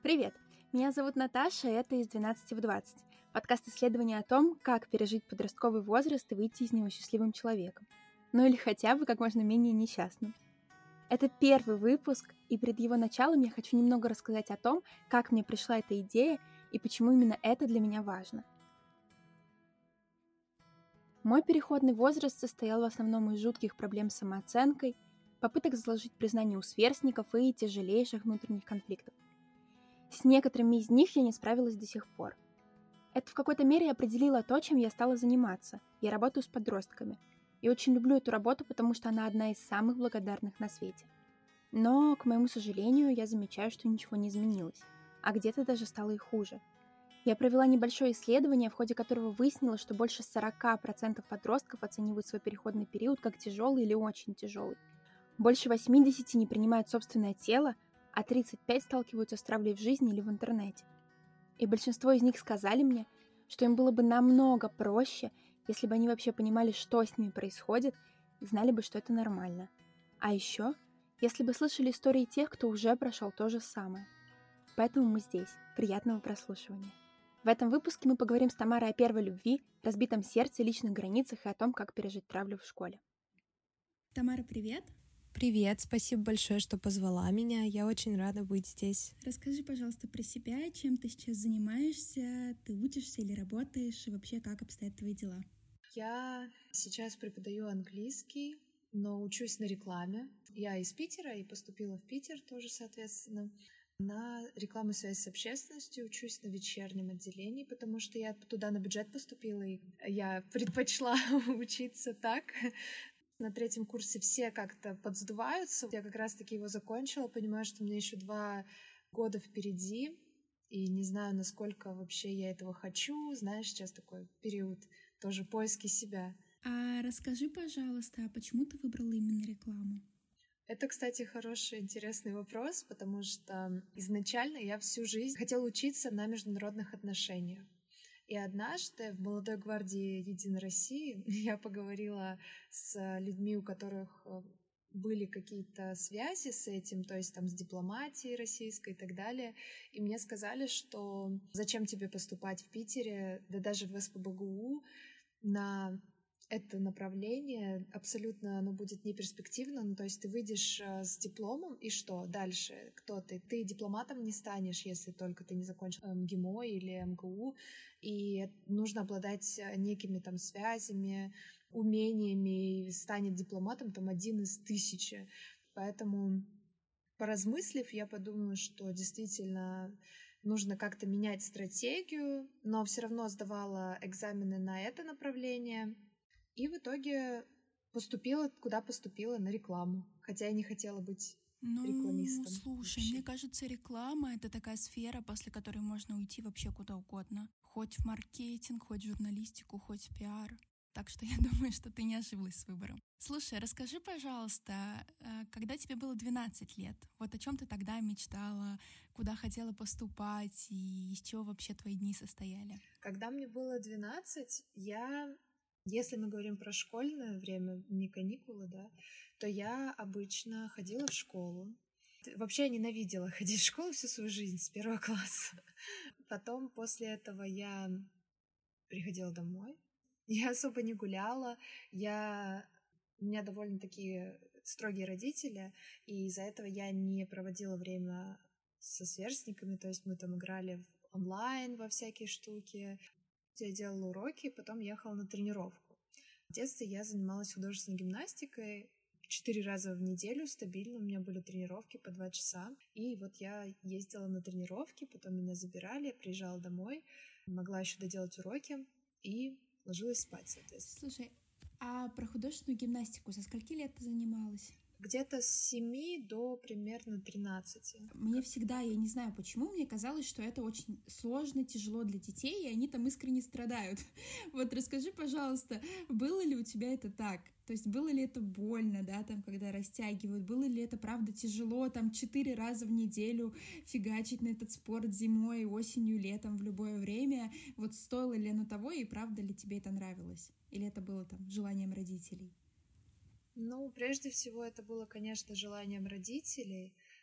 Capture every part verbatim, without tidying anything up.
Привет! Меня зовут Наташа, и это «Из двенадцати в двадцать» — подкаст исследования о том, как пережить подростковый возраст и выйти из него счастливым человеком. Ну или хотя бы как можно менее несчастным. Это первый выпуск, и перед его началом я хочу немного рассказать о том, как мне пришла эта идея и почему именно это для меня важно. Мой переходный возраст состоял в основном из жутких проблем с самооценкой, попыток заложить признание у сверстников и тяжелейших внутренних конфликтов. С некоторыми из них я не справилась до сих пор. Это в какой-то мере определило то, чем я стала заниматься. Я работаю с подростками. И очень люблю эту работу, потому что она одна из самых благодарных на свете. Но, к моему сожалению, я замечаю, что ничего не изменилось. А где-то даже стало и хуже. Я провела небольшое исследование, в ходе которого выяснила, что больше сорок процентов подростков оценивают свой переходный период как тяжелый или очень тяжелый. Больше восемьдесят процентов не принимают собственное тело, а тридцать пять процентов сталкиваются с травлей в жизни или в интернете. И большинство из них сказали мне, что им было бы намного проще, если бы они вообще понимали, что с ними происходит, и знали бы, что это нормально. А еще, если бы слышали истории тех, кто уже прошел то же самое. Поэтому мы здесь. Приятного прослушивания. В этом выпуске мы поговорим с Тамарой о первой любви, разбитом сердце, личных границах и о том, как пережить травлю в школе. Тамара, привет! Привет, спасибо большое, что позвала меня. Я очень рада быть здесь. Расскажи, пожалуйста, про себя, чем ты сейчас занимаешься, ты учишься или работаешь, и вообще как обстоят твои дела? Я сейчас преподаю английский, но учусь на рекламе. Я из Питера и поступила в Питер тоже, соответственно. На рекламу и связь с общественностью учусь на вечернем отделении, потому что я туда на бюджет поступила, и я предпочла учиться так. На третьем курсе все как-то подсдуваются. Я как раз-таки его закончила, понимаю, что у меня еще два года впереди, и не знаю, насколько вообще я этого хочу. Знаешь, сейчас такой период тоже поиски себя. А расскажи, пожалуйста, а почему ты выбрала именно рекламу? Это, кстати, хороший, интересный вопрос, потому что изначально я всю жизнь хотела учиться на международных отношениях. И однажды в «Молодой гвардии Единой России» я поговорила с людьми, у которых были какие-то связи с этим, то есть там с дипломатией российской и так далее. И мне сказали, что зачем тебе поступать в Питере, да даже в эс пэ бэ гэ у на это направление, абсолютно оно будет неперспективно, ну, то есть ты выйдешь с дипломом, и что дальше? Кто ты? Ты дипломатом не станешь, если только ты не закончил эм гэ эм о или эм гэ у, и нужно обладать некими там связями, умениями, и станет дипломатом там один из тысячи. Поэтому, поразмыслив, я подумала, что действительно нужно как-то менять стратегию, но все равно сдавала экзамены на это направление. И в итоге поступила, куда поступила, на рекламу. Хотя я не хотела быть ну, рекламистом. Слушай, вообще. Мне кажется, реклама — это такая сфера, после которой можно уйти вообще куда угодно. Хоть в маркетинг, хоть в журналистику, хоть в пиар. Так что я думаю, что ты не ошиблась с выбором. Слушай, расскажи, пожалуйста, когда тебе было двенадцать лет, вот о чем ты тогда мечтала, куда хотела поступать и из чего вообще твои дни состояли? Когда мне было двенадцать, я... Если мы говорим про школьное время, не каникулы, да, то я обычно ходила в школу. Вообще я ненавидела ходить в школу всю свою жизнь с первого класса. Потом после этого я приходила домой. Я особо не гуляла. Я... У меня довольно такие строгие родители, и из-за этого я не проводила время со сверстниками. То есть мы там играли в онлайн во всякие штуки. Я делала уроки, потом ехала на тренировку. В детстве я занималась художественной гимнастикой четыре раза в неделю стабильно. У меня были тренировки по два часа. И вот я ездила на тренировки, потом меня забирали, я приезжала домой, могла еще доделать уроки и ложилась спать, соответственно. Слушай, а про художественную гимнастику со скольки лет ты занималась? Где-то с семи до примерно тринадцати. Мне всегда, я не знаю почему, мне казалось, что это очень сложно, тяжело для детей, и они там искренне страдают. Вот расскажи, пожалуйста, было ли у тебя это так? То есть было ли это больно, да, там, когда растягивают? Было ли это, правда, тяжело, там, четыре раза в неделю фигачить на этот спорт зимой, осенью, летом, в любое время? Вот стоило ли оно того, и правда ли тебе это нравилось? Или это было, там, желанием родителей? Ну, прежде всего, это было, конечно, желанием родителей,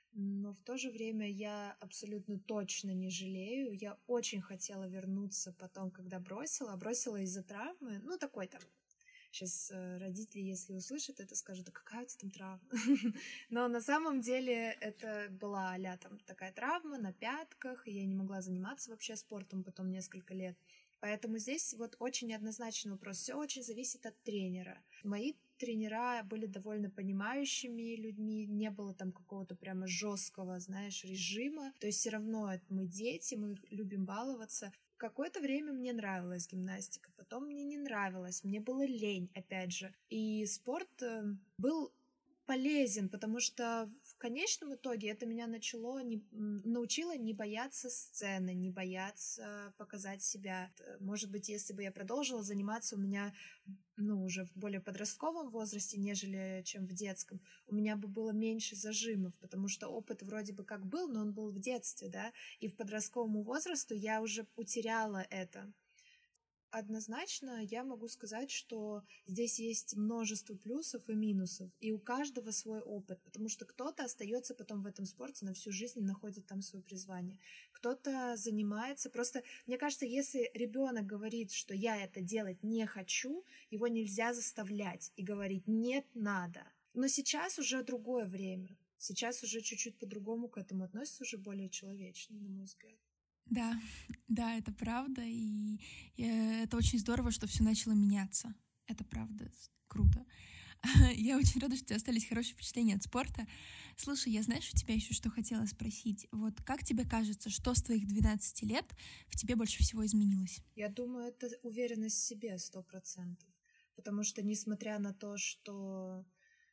Но в то же время я абсолютно точно не жалею. Я очень хотела вернуться потом, когда бросила. Бросила из-за травмы. Ну, такой там. Сейчас э, родители, если услышат это, скажут: да какая у тебя там травма? Но на самом деле это была а-ля там такая травма на пятках, и я не могла заниматься вообще спортом потом несколько лет. Поэтому здесь вот очень неоднозначный вопрос. Все очень зависит от тренера. Мои тренера были довольно понимающими людьми, не было там какого-то прямо жесткого, знаешь, режима. То есть все равно мы дети, мы любим баловаться. Какое-то время мне нравилась гимнастика, потом мне не нравилось, мне было лень, опять же. И спорт был полезен, потому что в конечном итоге это меня начало, не, научило не бояться сцены, не бояться показать себя. Может быть, если бы я продолжила заниматься, у меня, ну, уже в более подростковом возрасте, нежели чем в детском, у меня бы было меньше зажимов, потому что опыт вроде бы как был, но он был в детстве, да, и в подростковому возрасту я уже утеряла это. Однозначно я могу сказать, что здесь есть множество плюсов и минусов, и у каждого свой опыт, потому что кто-то остается потом в этом спорте на всю жизнь и находит там свое призвание. Кто-то занимается, просто, мне кажется, если ребенок говорит, что я это делать не хочу, его нельзя заставлять и говорить нет, надо. Но сейчас уже другое время, сейчас уже чуть-чуть по-другому к этому относятся, уже более человечно, на мой взгляд. Да, да, это правда, и, и это очень здорово, что все начало меняться. Это правда круто. Я очень рада, что у тебя остались хорошие впечатления от спорта. Слушай, я, знаешь, у тебя еще что хотела спросить. Вот как тебе кажется, что с твоих двенадцати лет в тебе больше всего изменилось? Я думаю, это уверенность в себе сто процентов. Потому что, несмотря на то, что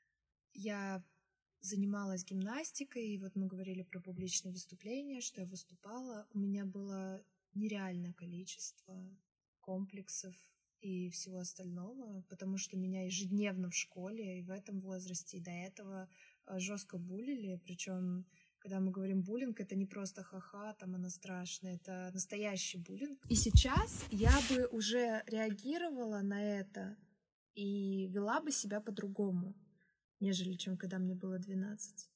я занималась гимнастикой, и вот мы говорили про публичные выступления, что я выступала, у меня было нереальное количество комплексов и всего остального, потому что меня ежедневно в школе и в этом возрасте, и до этого жестко булили, причем когда мы говорим буллинг, это не просто ха-ха, там она страшная, это настоящий буллинг. И сейчас я бы уже реагировала на это и вела бы себя по-другому, нежели чем когда мне было двенадцать.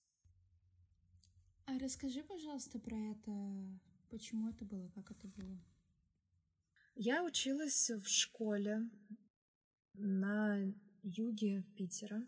А расскажи, пожалуйста, про это. Почему это было? Как это было? Я училась в школе на юге Питера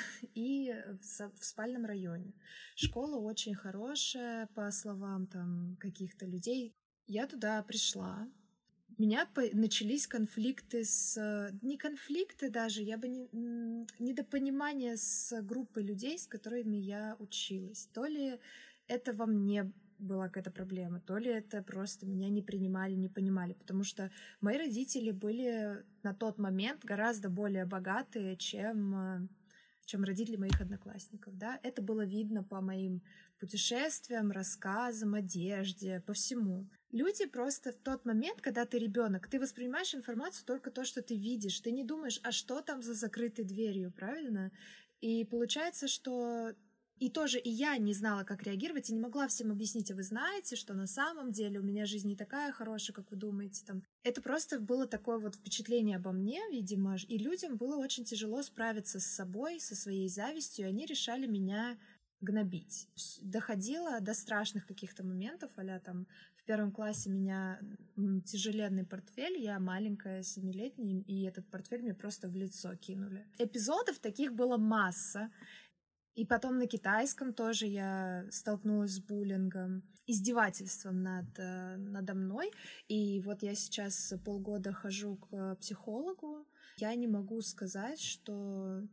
и в спальном районе. Школа очень хорошая, по словам там каких-то людей. Я туда пришла. У меня начались конфликты с... Не конфликты даже, я бы не... Недопонимание с группой людей, с которыми я училась. То ли это во мне была какая-то проблема, то ли это просто меня не принимали, не понимали, потому что мои родители были на тот момент гораздо более богатые, чем, чем родители моих одноклассников. Да? Это было видно по моим путешествиям, рассказам, одежде, по всему. Люди просто в тот момент, когда ты ребенок, ты воспринимаешь информацию только то, что ты видишь. Ты не думаешь, а что там за закрытой дверью, правильно? И получается, что и тоже и я не знала, как реагировать, и не могла всем объяснить, а вы знаете, что на самом деле у меня жизнь не такая хорошая, как вы думаете. Там. Это просто было такое вот впечатление обо мне, видимо, и людям было очень тяжело справиться с собой, со своей завистью, и они решали меня гнобить. Доходило до страшных каких-то моментов, а-ля там в первом классе у меня тяжеленный портфель, я маленькая, семилетняя, и этот портфель мне просто в лицо кинули. Эпизодов таких было масса. И потом на китайском тоже я столкнулась с буллингом, издевательством над, надо мной. И вот я сейчас полгода хожу к психологу. Я не могу сказать, что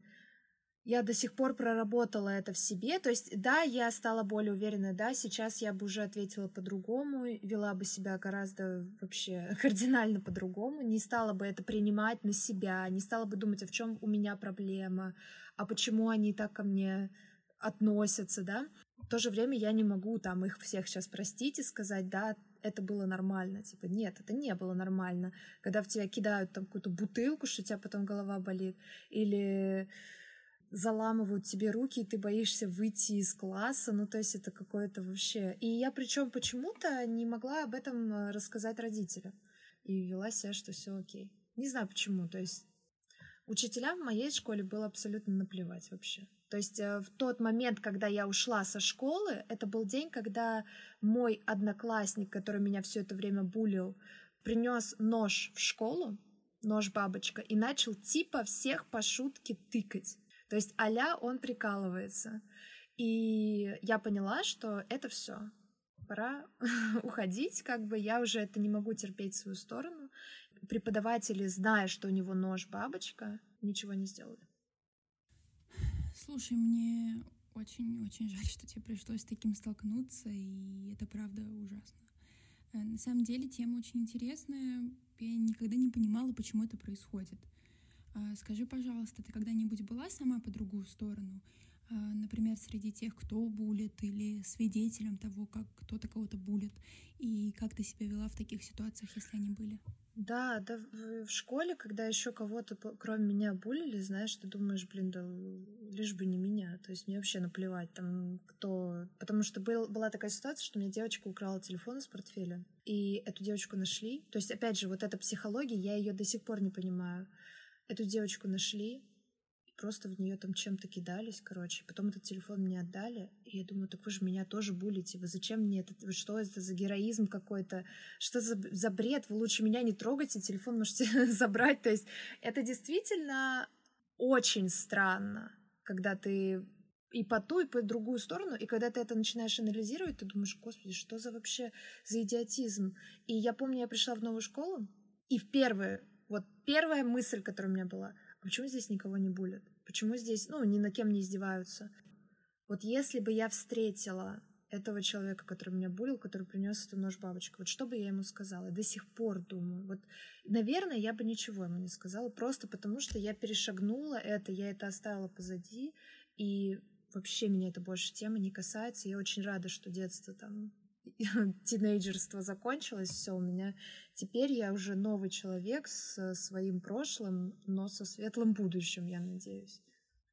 я до сих пор проработала это в себе. То есть, да, я стала более уверенной, да, сейчас я бы уже ответила по-другому, вела бы себя гораздо вообще кардинально по-другому, не стала бы это принимать на себя, не стала бы думать, а в чем у меня проблема, а почему они так ко мне относятся, да. В то же время я не могу там их всех сейчас простить и сказать, да, это было нормально. Типа, нет, это не было нормально. Когда в тебя кидают там какую-то бутылку, что у тебя потом голова болит, или заламывают тебе руки, и ты боишься выйти из класса, ну, то есть это какое-то вообще... И я причем почему-то не могла об этом рассказать родителям. И вела себя, что все окей. Не знаю почему, то есть учителям в моей школе было абсолютно наплевать вообще. То есть в тот момент, когда я ушла со школы, это был день, когда мой одноклассник, который меня все это время булил, принес нож в школу, нож-бабочка, и начал типа всех по шутке тыкать. То есть а-ля он прикалывается. И я поняла, что это все, пора уходить, как бы я уже это не могу терпеть в свою сторону. Преподаватели, зная, что у него нож-бабочка, ничего не сделали. Слушай, мне очень-очень жаль, что тебе пришлось с таким столкнуться, и это правда ужасно. На самом деле тема очень интересная, я никогда не понимала, почему это происходит. Скажи, пожалуйста, ты когда-нибудь была сама по другую сторону? Например, среди тех, кто булит, или свидетелем того, как кто-то кого-то булит, и как ты себя вела в таких ситуациях, если они были? Да, да, в школе, когда еще кого-то, кроме меня, булили, знаешь, ты думаешь, блин, да лишь бы не меня. То есть мне вообще наплевать, там, кто... Потому что был, была такая ситуация, что у меня девочка украла телефон из портфеля, и эту девочку нашли. То есть, опять же, вот эта психология, я ее до сих пор не понимаю. Эту девочку нашли, просто в нее там чем-то кидались, короче. Потом этот телефон мне отдали, и я думаю, так вы же меня тоже булите. Вы зачем мне это? Вы что это за героизм какой-то? Что за, за бред? Вы лучше меня не трогайте, телефон можете забрать. То есть это действительно очень странно, когда ты и по ту, и по другую сторону, и когда ты это начинаешь анализировать, ты думаешь, господи, что за вообще за идиотизм? И я помню, я пришла в новую школу, и в первую, вот первая мысль, которая у меня была: а почему здесь никого не булят? Почему здесь, ну, ни на кем не издеваются? Вот если бы я встретила этого человека, который меня булил, который принес эту нож-бабочку, вот что бы я ему сказала? Я до сих пор думаю. Вот, наверное, я бы ничего ему не сказала, просто потому что я перешагнула это, я это оставила позади, и вообще меня это больше темы не касается. Я очень рада, что детство там, тинейджерство закончилось, все у меня. Теперь я уже новый человек с своим прошлым, но со светлым будущим, я надеюсь.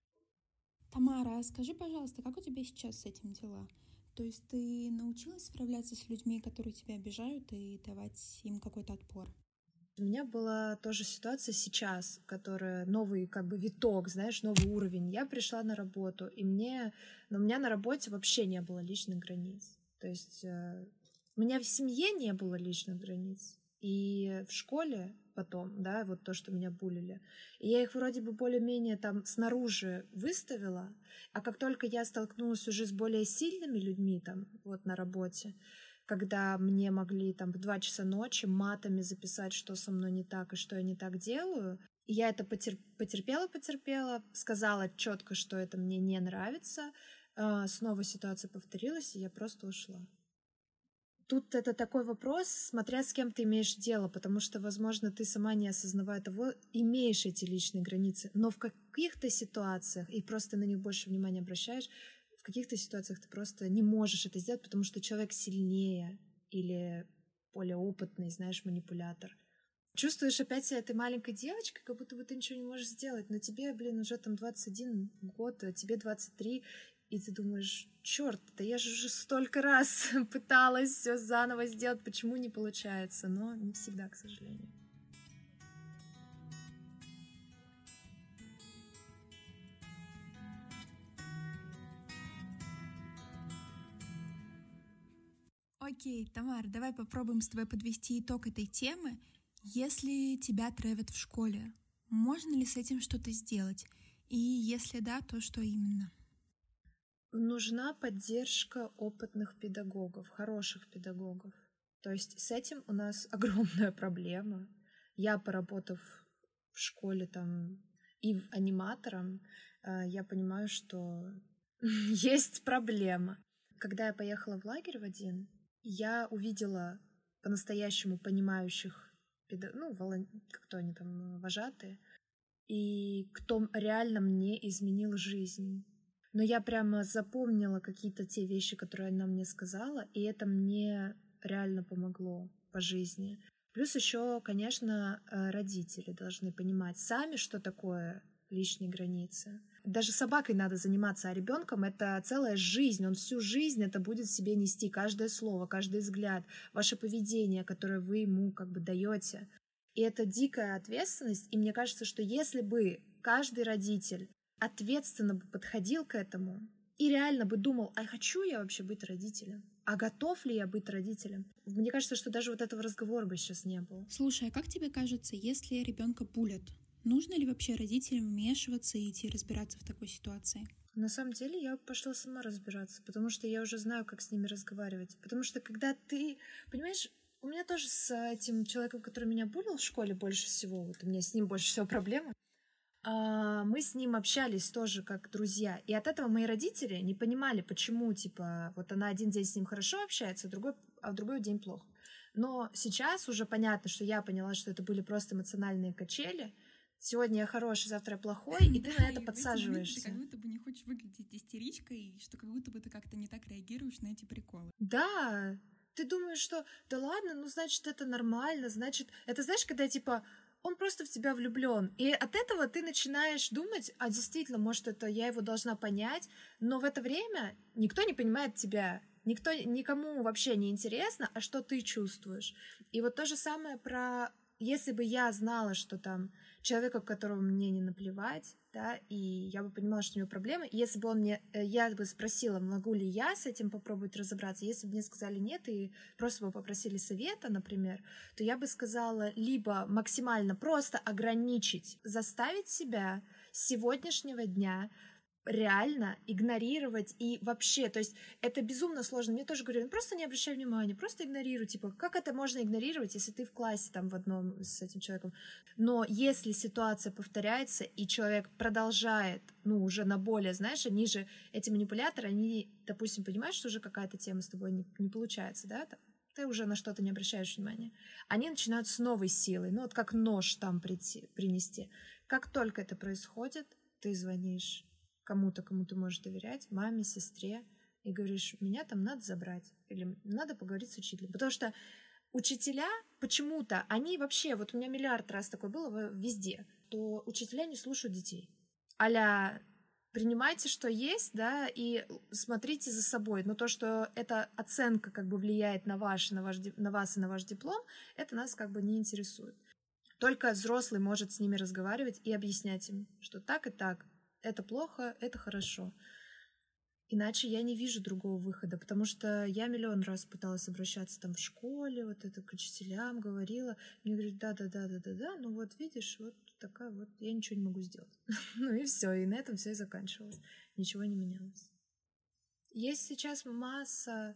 Тамара, а скажи, пожалуйста, как у тебя сейчас с этим дела? То есть ты научилась справляться с людьми, которые тебя обижают, и давать им какой-то отпор? У меня была тоже ситуация сейчас, которая новый как бы виток, знаешь, новый уровень. Я пришла на работу, и мне... Но у меня на работе вообще не было личных границ. То есть э, у меня в семье не было личных границ. И в школе потом, да, вот то, что меня булили, и я их вроде бы более-менее там снаружи выставила, а как только я столкнулась уже с более сильными людьми там вот на работе, когда мне могли там в два часа ночи матами записать, что со мной не так и что я не так делаю, и я это потерпела-потерпела, сказала четко, что это мне не нравится, снова ситуация повторилась, и я просто ушла. Тут это такой вопрос, смотря с кем ты имеешь дело, потому что, возможно, ты сама, не осознавая того, имеешь эти личные границы, но в каких-то ситуациях, и просто на них больше внимания обращаешь, в каких-то ситуациях ты просто не можешь это сделать, потому что человек сильнее или более опытный, знаешь, манипулятор. Чувствуешь опять себя этой маленькой девочкой, как будто бы ты ничего не можешь сделать, но тебе, блин, уже там двадцать один год, а тебе двадцать три, и ты думаешь, черт, да я же уже столько раз пыталась все заново сделать, почему не получается? Но не всегда, к сожалению. Окей, Тамар, давай попробуем с тобой подвести итог этой темы. Если тебя трэвят в школе, можно ли с этим что-то сделать? И если да, то что именно? Нужна поддержка опытных педагогов, хороших педагогов. То есть с этим у нас огромная проблема. Я, поработав в школе там и аниматором, я понимаю, что есть проблема. Когда я поехала в лагерь в один, я увидела по-настоящему понимающих, ну, волон... кто они там, вожатые, и кто реально мне изменил жизнь. Но я прямо запомнила какие-то те вещи, которые она мне сказала, и это мне реально помогло по жизни. Плюс еще, конечно, родители должны понимать сами, что такое личные границы. Даже собакой надо заниматься, а ребенком это целая жизнь. Он всю жизнь это будет в себе нести, каждое слово, каждый взгляд, ваше поведение, которое вы ему как бы даете. И это дикая ответственность. И мне кажется, что если бы каждый родитель ответственно бы подходил к этому и реально бы думал, а хочу я вообще быть родителем? А готов ли я быть родителем? Мне кажется, что даже вот этого разговора бы сейчас не было. Слушай, а как тебе кажется, если ребенка булят, нужно ли вообще родителям вмешиваться и идти разбираться в такой ситуации? На самом деле я пошла сама разбираться, потому что я уже знаю, как с ними разговаривать. Потому что когда ты, понимаешь, у меня тоже с этим человеком, который меня булил в школе больше всего, вот у меня с ним больше всего проблемы, а, мы с ним общались тоже как друзья. И от этого мои родители не понимали, почему, типа, вот она один день с ним хорошо общается, а, другой, а в другой день плохо. Но сейчас уже понятно, что я поняла, что это были просто эмоциональные качели. Сегодня я хороший, завтра я плохой, и ты Да, на это и в эти моменты подсаживаешься. ты как будто бы не хочешь выглядеть истеричкой, и что как будто бы ты как-то не так реагируешь на эти приколы. Да, ты думаешь, что да ладно, ну значит это нормально, значит, это знаешь, когда типа он просто в тебя влюблен, и от этого ты начинаешь думать, а действительно, может это я его должна понять, но в это время никто не понимает тебя, никто никому вообще не интересно, а что ты чувствуешь. И вот то же самое про если бы я знала, что там человека, которого мне не наплевать, да, и я бы понимала, что у него проблемы, и если бы он мне, э, я бы спросила, могу ли я с этим попробовать разобраться, если бы мне сказали нет и просто бы попросили совета, например, то я бы сказала либо максимально просто ограничить, заставить себя с сегодняшнего дня реально игнорировать и вообще, то есть это безумно сложно. Мне тоже говорили, ну просто не обращай внимания, просто игнорируй, типа, как это можно игнорировать, если ты в классе там в одном с этим человеком. Но если ситуация повторяется, и человек продолжает, ну, уже на более, знаешь, они же, эти манипуляторы, они, допустим, понимают, что уже какая-то тема с тобой не, не получается, да, там, ты уже на что-то не обращаешь внимания. Они начинают с новой силой, ну, вот как нож там прийти, принести. Как только это происходит, ты звонишь кому-то, кому ты можешь доверять, маме, сестре, и говоришь, меня там надо забрать, или надо поговорить с учителем. Потому что учителя почему-то, они вообще, вот у меня миллиард раз такое было везде, то учителя не слушают детей. А-ля принимайте, что есть, да, и смотрите за собой. Но то, что эта оценка как бы влияет на, ваш, на, ваш, на вас и на ваш диплом, это нас как бы не интересует. Только взрослый может с ними разговаривать и объяснять им, что так и так, это плохо, это хорошо. Иначе я не вижу другого выхода, потому что я миллион раз пыталась обращаться там в школе, вот это к учителям говорила. Мне говорят, да-да-да-да-да-да, ну вот видишь, вот такая вот, я ничего не могу сделать. Ну и все, и на этом все и заканчивалось. Ничего не менялось. Есть сейчас масса,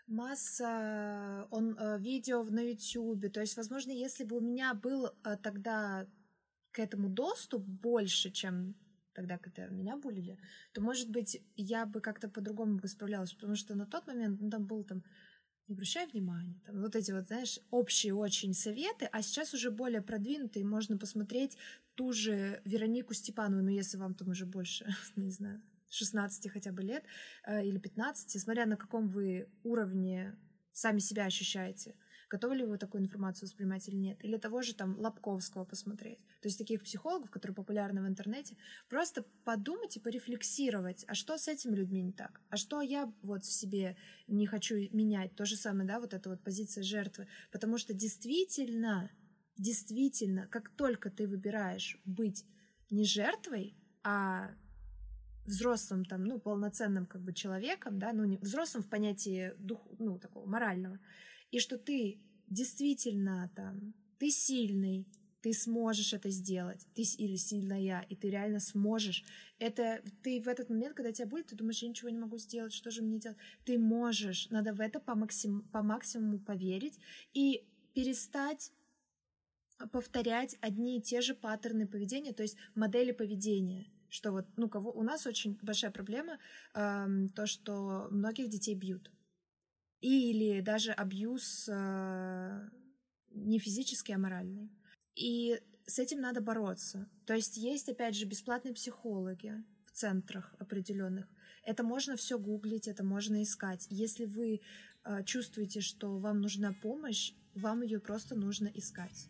масса он, видео на Ютубе, то есть, возможно, если бы у меня был тогда к этому доступ больше, чем тогда, когда меня булили, то, может быть, я бы как-то по-другому бы справлялась, потому что на тот момент, ну, там был там, не обращай внимания, там, вот эти вот, знаешь, общие очень советы, а сейчас уже более продвинутые, можно посмотреть ту же Веронику Степанову, ну, если вам там уже больше, не знаю, шестнадцать хотя бы лет э, или пятнадцать, смотря на каком вы уровне сами себя ощущаете, готовы ли вы такую информацию воспринимать или нет. Или того же там Лобковского посмотреть. То есть таких психологов, которые популярны в интернете. Просто подумать и порефлексировать, а что с этими людьми не так? А что я вот в себе не хочу менять? То же самое, да, вот эта вот позиция жертвы. Потому что действительно, действительно, как только ты выбираешь быть не жертвой, а взрослым, там, ну, полноценным как бы человеком, да, ну, не взрослым в понятии дух, ну, такого морального, и что ты действительно там, ты сильный, ты сможешь это сделать, ты или сильная, и ты реально сможешь. Это ты в этот момент, когда тебя будет, ты думаешь, я ничего не могу сделать, что же мне делать? Ты можешь, надо в это по, максим, по максимуму поверить и перестать повторять одни и те же паттерны поведения, то есть модели поведения. Что вот, ну, кого у нас очень большая проблема, э, то, что многих детей бьют. Или даже абьюз э, не физический, а моральный. И с этим надо бороться. То есть есть, опять же, бесплатные психологи в центрах определенных. Это можно все гуглить, это можно искать. Если вы э, чувствуете, что вам нужна помощь, вам ее просто нужно искать.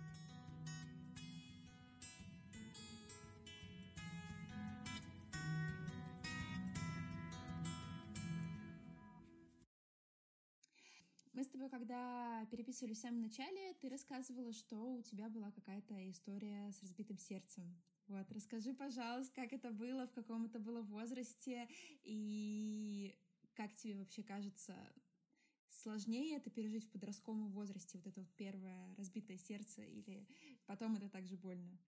Мы с тобой, когда переписывались в самом начале, ты рассказывала, что у тебя была какая-то история с разбитым сердцем. Вот, расскажи, пожалуйста, как это было, в каком это было возрасте, и как тебе вообще кажется, сложнее это пережить в подростковом возрасте, вот это вот первое разбитое сердце, или потом это так же больно?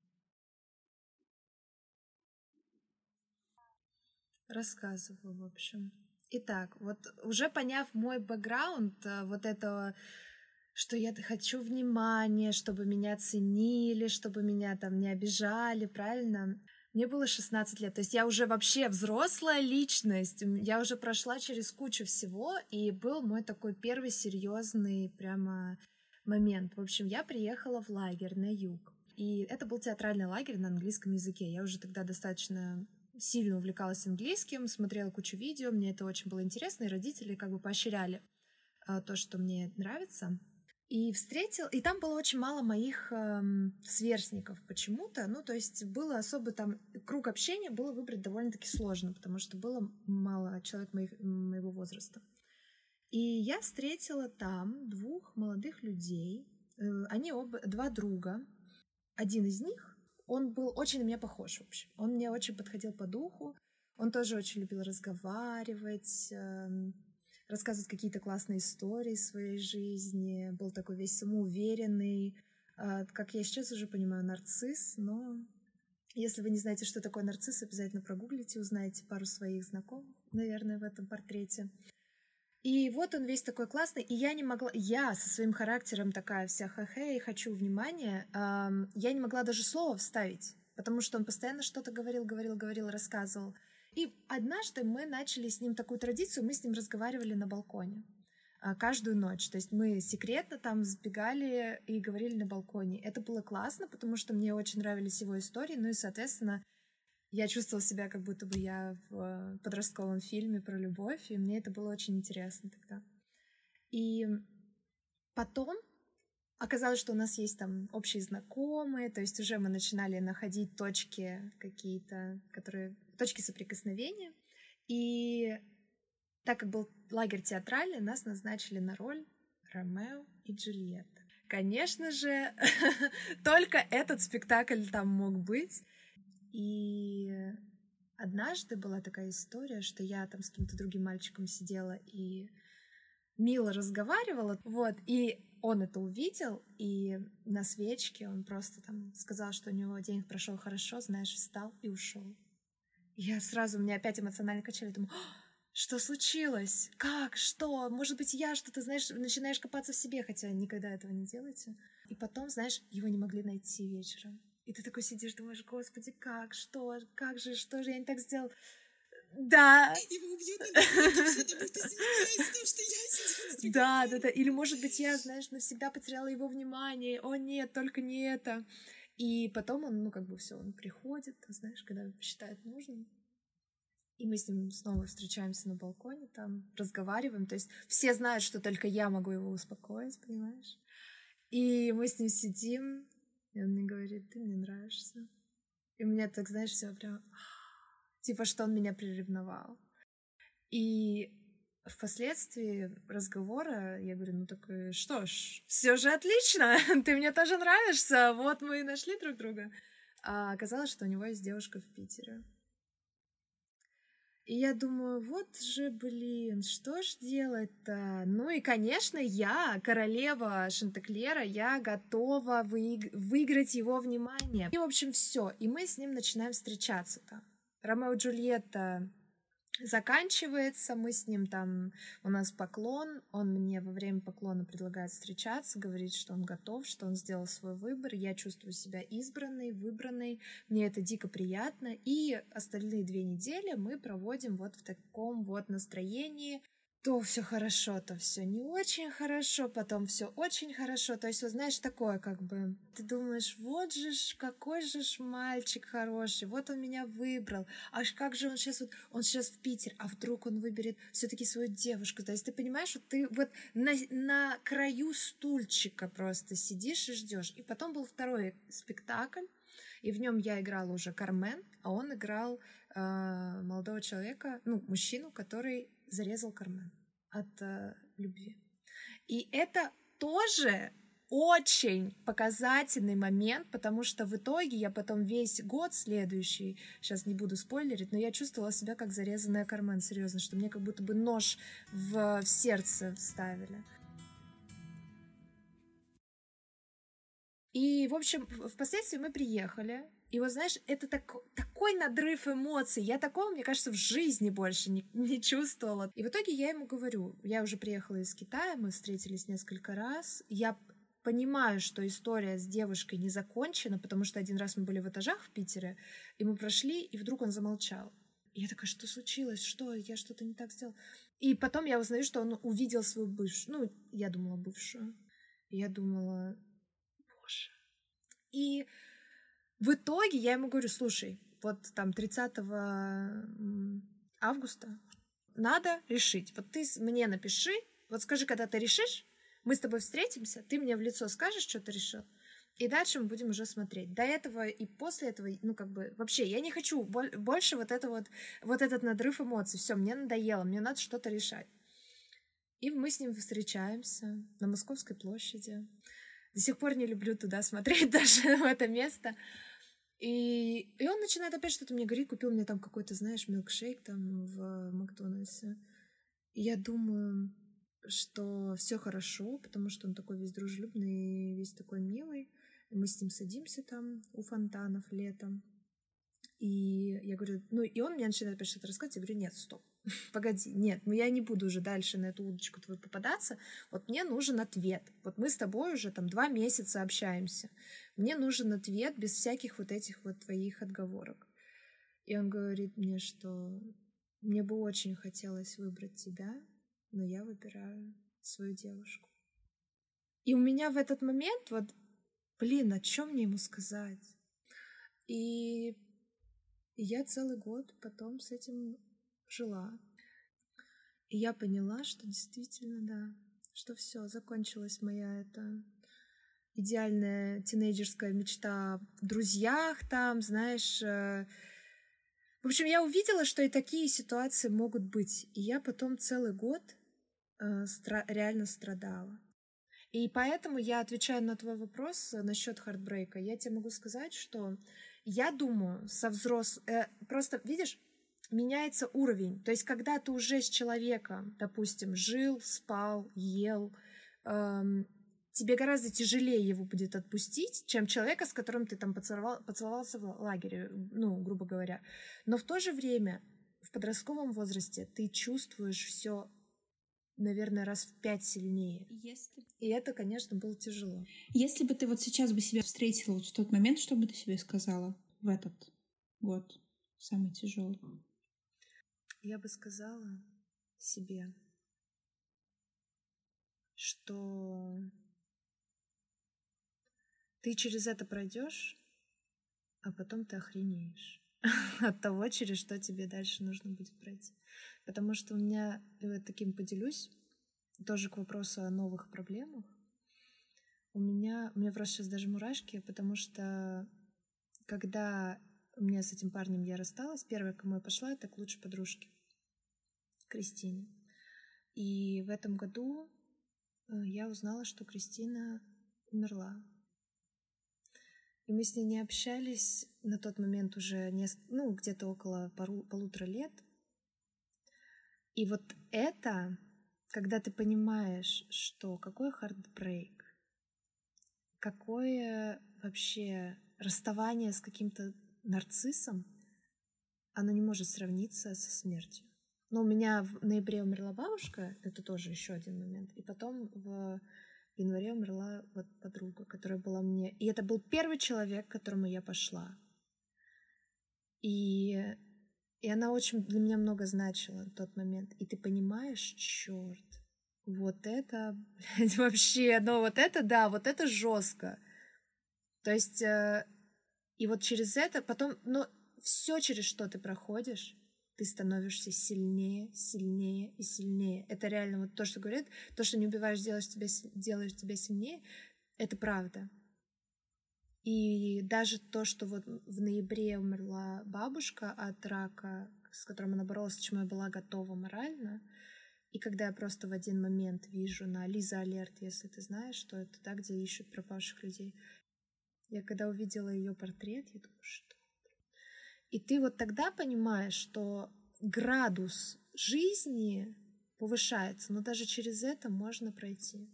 Рассказываю, в общем. Итак, вот уже поняв мой бэкграунд, э, вот этого, что я хочу внимания, чтобы меня ценили, чтобы меня там не обижали, правильно? Мне было шестнадцать лет, то есть я уже вообще взрослая личность, м, я уже прошла через кучу всего, и был мой такой первый серьезный прямо момент. В общем, я приехала в лагерь на юг, и это был театральный лагерь на английском языке. Я уже тогда достаточно сильно увлекалась английским, смотрела кучу видео, мне это очень было интересно, и родители как бы поощряли а, то, что мне нравится. И встретил, и там было очень мало моих эм, сверстников почему-то, ну, то есть было особо там, круг общения было выбрать довольно-таки сложно, потому что было мало человек моих, моего возраста. И я встретила там двух молодых людей, э, они оба, два друга, один из них, он был очень на меня похож, в общем. Он мне очень подходил по духу. Он тоже очень любил разговаривать, эм, рассказывать какие-то классные истории из своей жизни. Был такой весь самоуверенный. Э, как я сейчас уже понимаю, нарцисс. Но если вы не знаете, что такое нарцисс, обязательно прогуглите, узнаете пару своих знакомых, наверное, в этом портрете. И вот он весь такой классный, и я не могла, я со своим характером такая вся хэ-хэ, хочу внимания, эм, я не могла даже слова вставить, потому что он постоянно что-то говорил, говорил, говорил, рассказывал. И однажды мы начали с ним такую традицию, мы с ним разговаривали на балконе а, каждую ночь, то есть мы секретно там сбегали и говорили на балконе. Это было классно, потому что мне очень нравились его истории, ну и, соответственно, я чувствовала себя, как будто бы я в подростковом фильме про любовь, и мне это было очень интересно тогда. И потом оказалось, что у нас есть там общие знакомые, то есть уже мы начинали находить точки какие-то, которые точки соприкосновения. И так как был лагерь театральный, нас назначили на роль Ромео и Джульетта. Конечно же, только этот спектакль там мог быть. И однажды была такая история, что я там с каким-то другим мальчиком сидела и мило разговаривала, вот, и он это увидел, и на свечке он просто там сказал, что у него день прошел хорошо, знаешь, встал и ушел. Я сразу, меня опять эмоционально качали, думаю, что случилось? Как? Что? Может быть, я что-то, знаешь, начинаешь копаться в себе, хотя никогда этого не делайте. И потом, знаешь, его не могли найти вечером. И ты такой сидишь, думаешь, господи, как, что, как же, что же я не так сделал? Да. Его убьют на балконе, потому что извиняюсь, то, что я сидела с другой. Да, да, да. Или, может быть, я, знаешь, навсегда потеряла его внимание. О, нет, только не это. И потом он, ну, как бы все, он приходит, знаешь, когда считает нужным. И мы с ним снова встречаемся на балконе, там разговариваем. То есть все знают, что только я могу его успокоить, понимаешь? И мы с ним сидим, и он мне говорит, ты мне нравишься. И у меня так, знаешь, все прям... Типа, что он меня приревновал. И впоследствии разговора я говорю, ну так что ж, все же отлично, ты мне тоже нравишься, вот мы и нашли друг друга. А оказалось, что у него есть девушка в Питере. И я думаю, вот же, блин, что ж делать-то? Ну и, конечно, я, королева Шантеклера, я готова выиг- выиграть его внимание. И, в общем, все. И мы с ним начинаем встречаться-то. Ромео и Джульетта заканчивается, мы с ним там, у нас поклон, он мне во время поклона предлагает встречаться, говорит, что он готов, что он сделал свой выбор, я чувствую себя избранной, выбранной, мне это дико приятно, и остальные две недели мы проводим вот в таком вот настроении, то все хорошо, то все не очень хорошо, потом все очень хорошо. То есть, вот знаешь, такое как бы, ты думаешь, вот же ж, какой же ж мальчик хороший, вот он меня выбрал, аж как же он сейчас вот, он сейчас в Питер, а вдруг он выберет все-таки свою девушку. То есть ты понимаешь, вот ты вот на, на краю стульчика просто сидишь и ждешь. И потом был второй спектакль, и в нем я играла уже Кармен, а он играл э, молодого человека, ну, мужчину, который зарезал Кармен от э, любви. И это тоже очень показательный момент, потому что в итоге я потом весь год следующий, сейчас не буду спойлерить, но я чувствовала себя как зарезанная Кармен, серьезно, что мне как будто бы нож в, в сердце вставили. И, в общем, впоследствии мы приехали, и вот, знаешь, это так, такой надрыв эмоций, я такого, мне кажется, в жизни больше не, не чувствовала. И в итоге я ему говорю, я уже приехала из Китая, мы встретились несколько раз, я понимаю, что история с девушкой не закончена, потому что один раз мы были в этажах в Питере, и мы прошли, и вдруг он замолчал. И я такая, что случилось? Что? Я что-то не так сделала? И потом я узнаю, что он увидел свою бывшую. Ну, я думала, бывшую. И я думала, боже. И в итоге я ему говорю, слушай, вот там тридцатого августа надо решить. Вот ты мне напиши, вот скажи, когда ты решишь, мы с тобой встретимся, ты мне в лицо скажешь, что ты решил, и дальше мы будем уже смотреть. До этого и после этого, ну, как бы, вообще, я не хочу больше вот это вот, вот этот надрыв эмоций. Все, мне надоело, мне надо что-то решать. И мы с ним встречаемся на Московской площади. До сих пор не люблю туда смотреть, даже в это место. И, и он начинает опять что-то мне говорить, купил мне там какой-то, знаешь, милкшейк там в Макдональдсе. И я думаю, что все хорошо, потому что он такой весь дружелюбный, весь такой милый. И мы с ним садимся там у фонтанов летом. И я говорю, ну, и он мне начинает опять что-то рассказывать. Я говорю, нет, стоп, погоди, нет, ну я не буду уже дальше на эту удочку твою попадаться. Вот мне нужен ответ. Вот мы с тобой уже там два месяца общаемся. Мне нужен ответ без всяких вот этих вот твоих отговорок. И он говорит мне, что мне бы очень хотелось выбрать тебя, но я выбираю свою девушку. И у меня в этот момент вот, блин, о чем мне ему сказать? И я целый год потом с этим жила. И я поняла, что действительно, да, что все, закончилась моя эта идеальная тинейджерская мечта в друзьях там, знаешь. В общем, я увидела, что и такие ситуации могут быть. И я потом целый год э, стра- реально страдала. И поэтому я отвечаю на твой вопрос насчет хартбрейка. Я тебе могу сказать, что я думаю, со взрос... Э, просто, видишь, меняется уровень. То есть, когда ты уже с человеком, допустим, жил, спал, ел, эм, тебе гораздо тяжелее его будет отпустить, чем человека, с которым ты там поцеловал, поцеловался в лагере, ну, грубо говоря. Но в то же время, в подростковом возрасте, ты чувствуешь все, наверное, раз в пять сильнее. Если... И это, конечно, было тяжело. Если бы ты вот сейчас бы себя встретила вот в тот момент, что бы ты себе сказала в этот год, самый тяжелый? Я бы сказала себе, что ты через это пройдешь, а потом ты охренеешь от того, через что тебе дальше нужно будет пройти. Потому что у меня, я таким поделюсь, тоже к вопросу о новых проблемах. У меня, у меня просто сейчас даже мурашки, потому что когда у меня с этим парнем я рассталась, первая, к кому я пошла, это к лучшей подружке, Кристине. И в этом году я узнала, что Кристина умерла. И мы с ней не общались на тот момент уже неск... ну, где-то около пару... полутора лет. И вот это, когда ты понимаешь, что какой хардбрейк, какое вообще расставание с каким-то нарциссом, оно не может сравниться со смертью. Но у меня в ноябре умерла бабушка, это тоже еще один момент. И потом в январе умерла вот подруга, которая была мне. И это был первый человек, к которому я пошла. И, и она очень для меня много значила в тот момент. И ты понимаешь, черт, вот это, блядь, вообще, ну вот это, да, вот это жестко. То есть, э, и вот через это потом, ну, все, через что ты проходишь, ты становишься сильнее, сильнее и сильнее. Это реально вот то, что говорят, то, что не убиваешь, делаешь тебя, делаешь тебя сильнее, это правда. И даже то, что вот в ноябре умерла бабушка от рака, с которым она боролась, к чему я была готова морально, И когда я просто в один момент вижу на Лиза Алерт, если ты знаешь, что это, да, где ищут пропавших людей, я когда увидела ее портрет, я думаю, что... И ты вот тогда понимаешь, что градус жизни повышается, но даже через это можно пройти.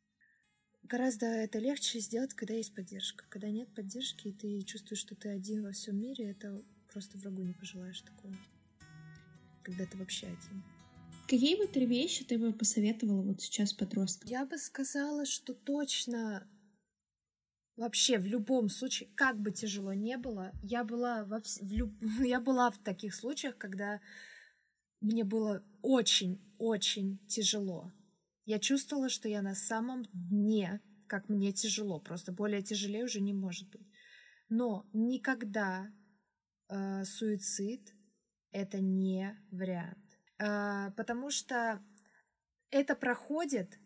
Гораздо это легче сделать, когда есть поддержка. Когда нет поддержки, и ты чувствуешь, что ты один во всем мире, это просто врагу не пожелаешь такого. Когда ты вообще один. Какие бы три вещи ты бы посоветовала вот сейчас подросткам? Я бы сказала, что точно вообще в любом случае, как бы тяжело не было, я была, во вс... в люб... я была в таких случаях, когда мне было очень-очень тяжело. Я чувствовала, что я на самом дне, как мне тяжело, просто более тяжелее уже не может быть. Но никогда э, суицид — это не вариант. Потому что это проходит.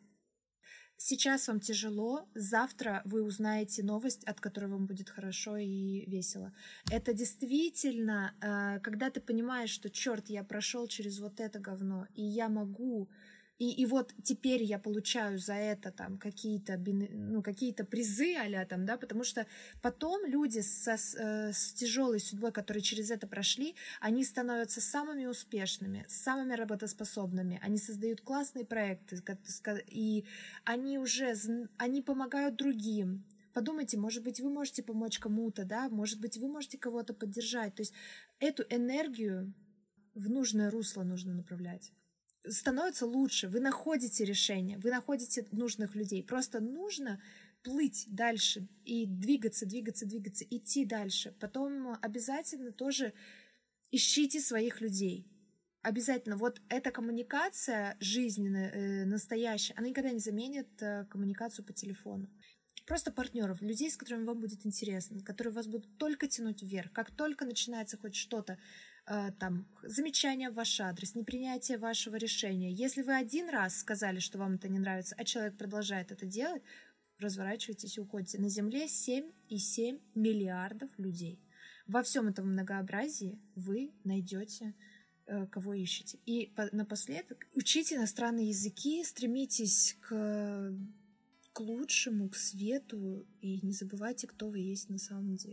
Сейчас вам тяжело, завтра вы узнаете новость, от которой вам будет хорошо и весело. Это действительно, когда ты понимаешь, что, черт, я прошел через вот это говно, и я могу... И, и вот теперь я получаю за это там какие-то, ну, какие-то призы а-ля там, да, потому что потом люди со, с, с тяжелой судьбой, которые через это прошли, они становятся самыми успешными, самыми работоспособными, они создают классные проекты, и они уже, они помогают другим. Подумайте, может быть, вы можете помочь кому-то, да, может быть, вы можете кого-то поддержать, то есть эту энергию в нужное русло нужно направлять. Становится лучше, вы находите решение, вы находите нужных людей. Просто нужно плыть дальше и двигаться, двигаться, двигаться, идти дальше. Потом обязательно тоже ищите своих людей. Обязательно. Вот эта коммуникация жизненная, э, настоящая, она никогда не заменит э, коммуникацию по телефону. Просто партнеров, людей, с которыми вам будет интересно, которые вас будут только тянуть вверх. Как только начинается хоть что-то, там, замечания в ваш адрес, непринятие вашего решения. Если вы один раз сказали, что вам это не нравится, а человек продолжает это делать, разворачивайтесь и уходите. На Земле семь и семь миллиардов людей. Во всем этом многообразии вы найдете, кого ищете. И напоследок, учите иностранные языки, стремитесь к, к лучшему, к свету, и не забывайте, кто вы есть на самом деле.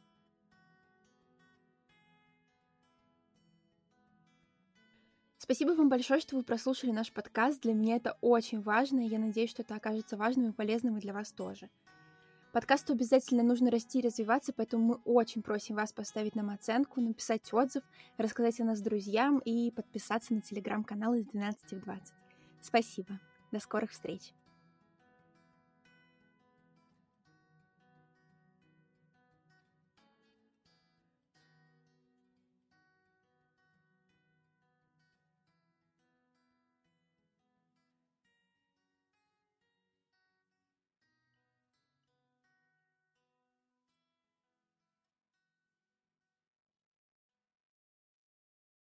Спасибо вам большое, что вы прослушали наш подкаст. Для меня это очень важно, и я надеюсь, что это окажется важным и полезным и для вас тоже. Подкасту обязательно нужно расти и развиваться, поэтому мы очень просим вас поставить нам оценку, написать отзыв, рассказать о нас друзьям и подписаться на телеграм-канал из двенадцати в двадцать. Спасибо. До скорых встреч.